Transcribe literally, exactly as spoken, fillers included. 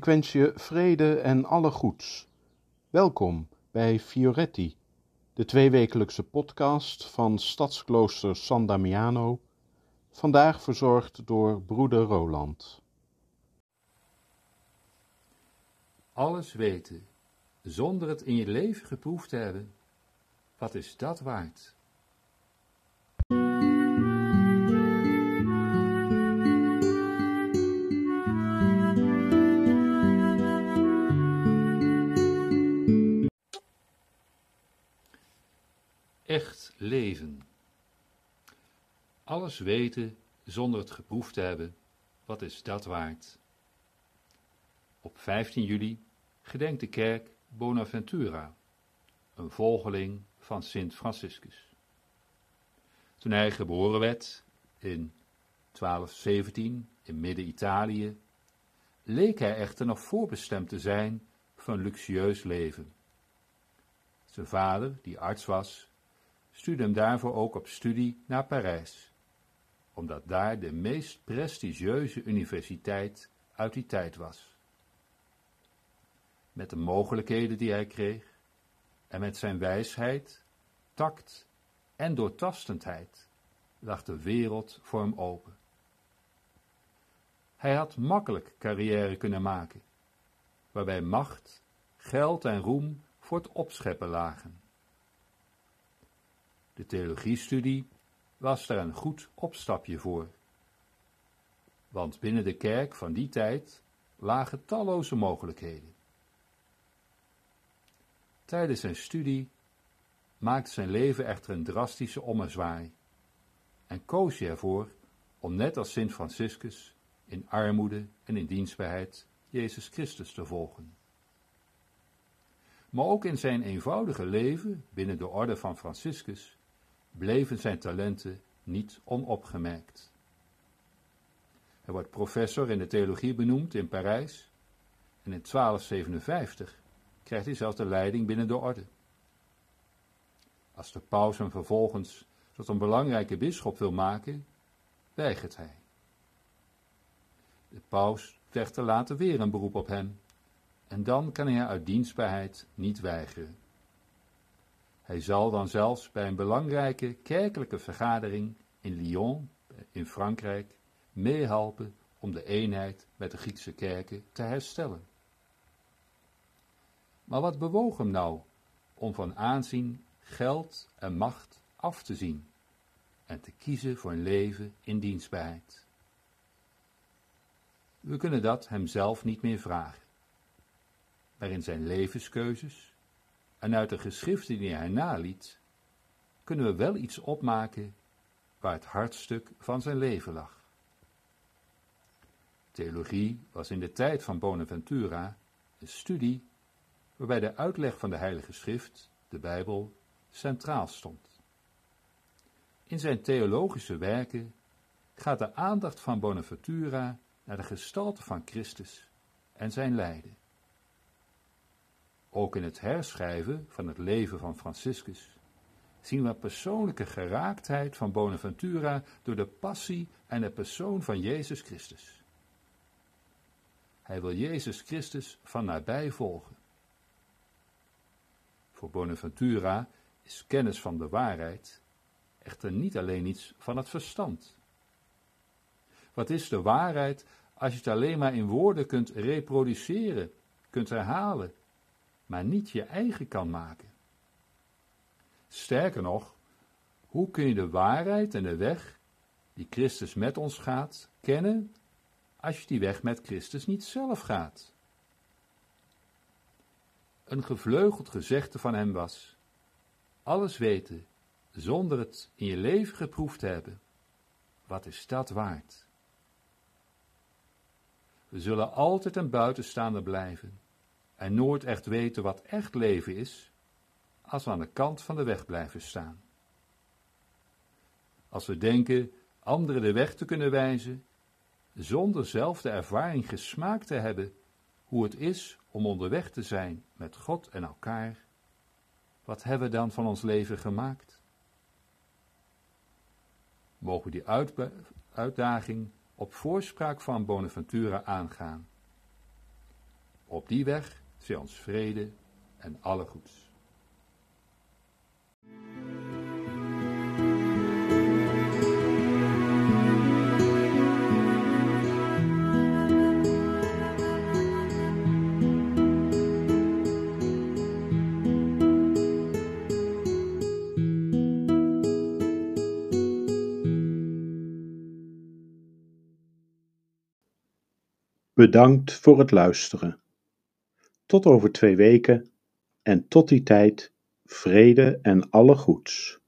wens je vrede en alle goeds. Welkom bij Fioretti, de tweewekelijkse podcast van Stadsklooster San Damiano, vandaag verzorgd door broeder Roland. Alles weten, zonder het in je leven geproefd te hebben, wat is dat waard? Echt leven. Alles weten zonder het geproefd te hebben, wat is dat waard? Op vijftien juli gedenkt de kerk Bonaventura, een volgeling van Sint Franciscus. Toen hij geboren werd in twaalf zeventien in Midden-Italië, leek hij echter nog voorbestemd te zijn voor een luxueus leven. Zijn vader, die arts was, stuurde hem daarvoor ook op studie naar Parijs, omdat daar de meest prestigieuze universiteit uit die tijd was. Met de mogelijkheden die hij kreeg en met zijn wijsheid, tact en doortastendheid lag de wereld voor hem open. Hij had makkelijk carrière kunnen maken, waarbij macht, geld en roem voor het opscheppen lagen. De theologiestudie was daar een goed opstapje voor, want binnen de kerk van die tijd lagen talloze mogelijkheden. Tijdens zijn studie maakte zijn leven echter een drastische ommezwaai en koos hij ervoor om net als Sint Franciscus in armoede en in dienstbaarheid Jezus Christus te volgen. Maar ook in zijn eenvoudige leven binnen de orde van Franciscus bleven zijn talenten niet onopgemerkt. Hij wordt professor in de theologie benoemd in Parijs en in twaalf zevenenvijftig krijgt hij zelfs de leiding binnen de orde. Als de paus hem vervolgens tot een belangrijke bisschop wil maken, weigert hij. De paus vecht er later weer een beroep op hem en dan kan hij uit dienstbaarheid niet weigeren. Hij zal dan zelfs bij een belangrijke kerkelijke vergadering in Lyon, in Frankrijk, meehelpen om de eenheid met de Griekse kerken te herstellen. Maar wat bewoog hem nou om van aanzien, geld en macht af te zien en te kiezen voor een leven in dienstbaarheid? We kunnen dat hem zelf niet meer vragen. Maar in zijn levenskeuzes en uit de geschriften die hij naliet, kunnen we wel iets opmaken waar het hartstuk van zijn leven lag. Theologie was in de tijd van Bonaventura een studie waarbij de uitleg van de Heilige Schrift, de Bijbel, centraal stond. In zijn theologische werken gaat de aandacht van Bonaventura naar de gestalte van Christus en zijn lijden. Ook in het herschrijven van het leven van Franciscus zien we persoonlijke geraaktheid van Bonaventura door de passie en de persoon van Jezus Christus. Hij wil Jezus Christus van nabij volgen. Voor Bonaventura is kennis van de waarheid echter niet alleen iets van het verstand. Wat is de waarheid als je het alleen maar in woorden kunt reproduceren, kunt herhalen, maar niet je eigen kan maken? Sterker nog, hoe kun je de waarheid en de weg die Christus met ons gaat, kennen als je die weg met Christus niet zelf gaat? Een gevleugeld gezegde van hem was: alles weten, zonder het in je leven geproefd te hebben, wat is dat waard? We zullen altijd een buitenstaander blijven en nooit echt weten wat echt leven is, als we aan de kant van de weg blijven staan. Als we denken anderen de weg te kunnen wijzen, zonder zelf de ervaring gesmaakt te hebben hoe het is om onderweg te zijn met God en elkaar, wat hebben we dan van ons leven gemaakt? Mogen we die uitdaging op voorspraak van Bonaventura aangaan. Op die weg zij ons vrede en alle goeds. Bedankt voor het luisteren. Tot over twee weken en tot die tijd vrede en alle goeds.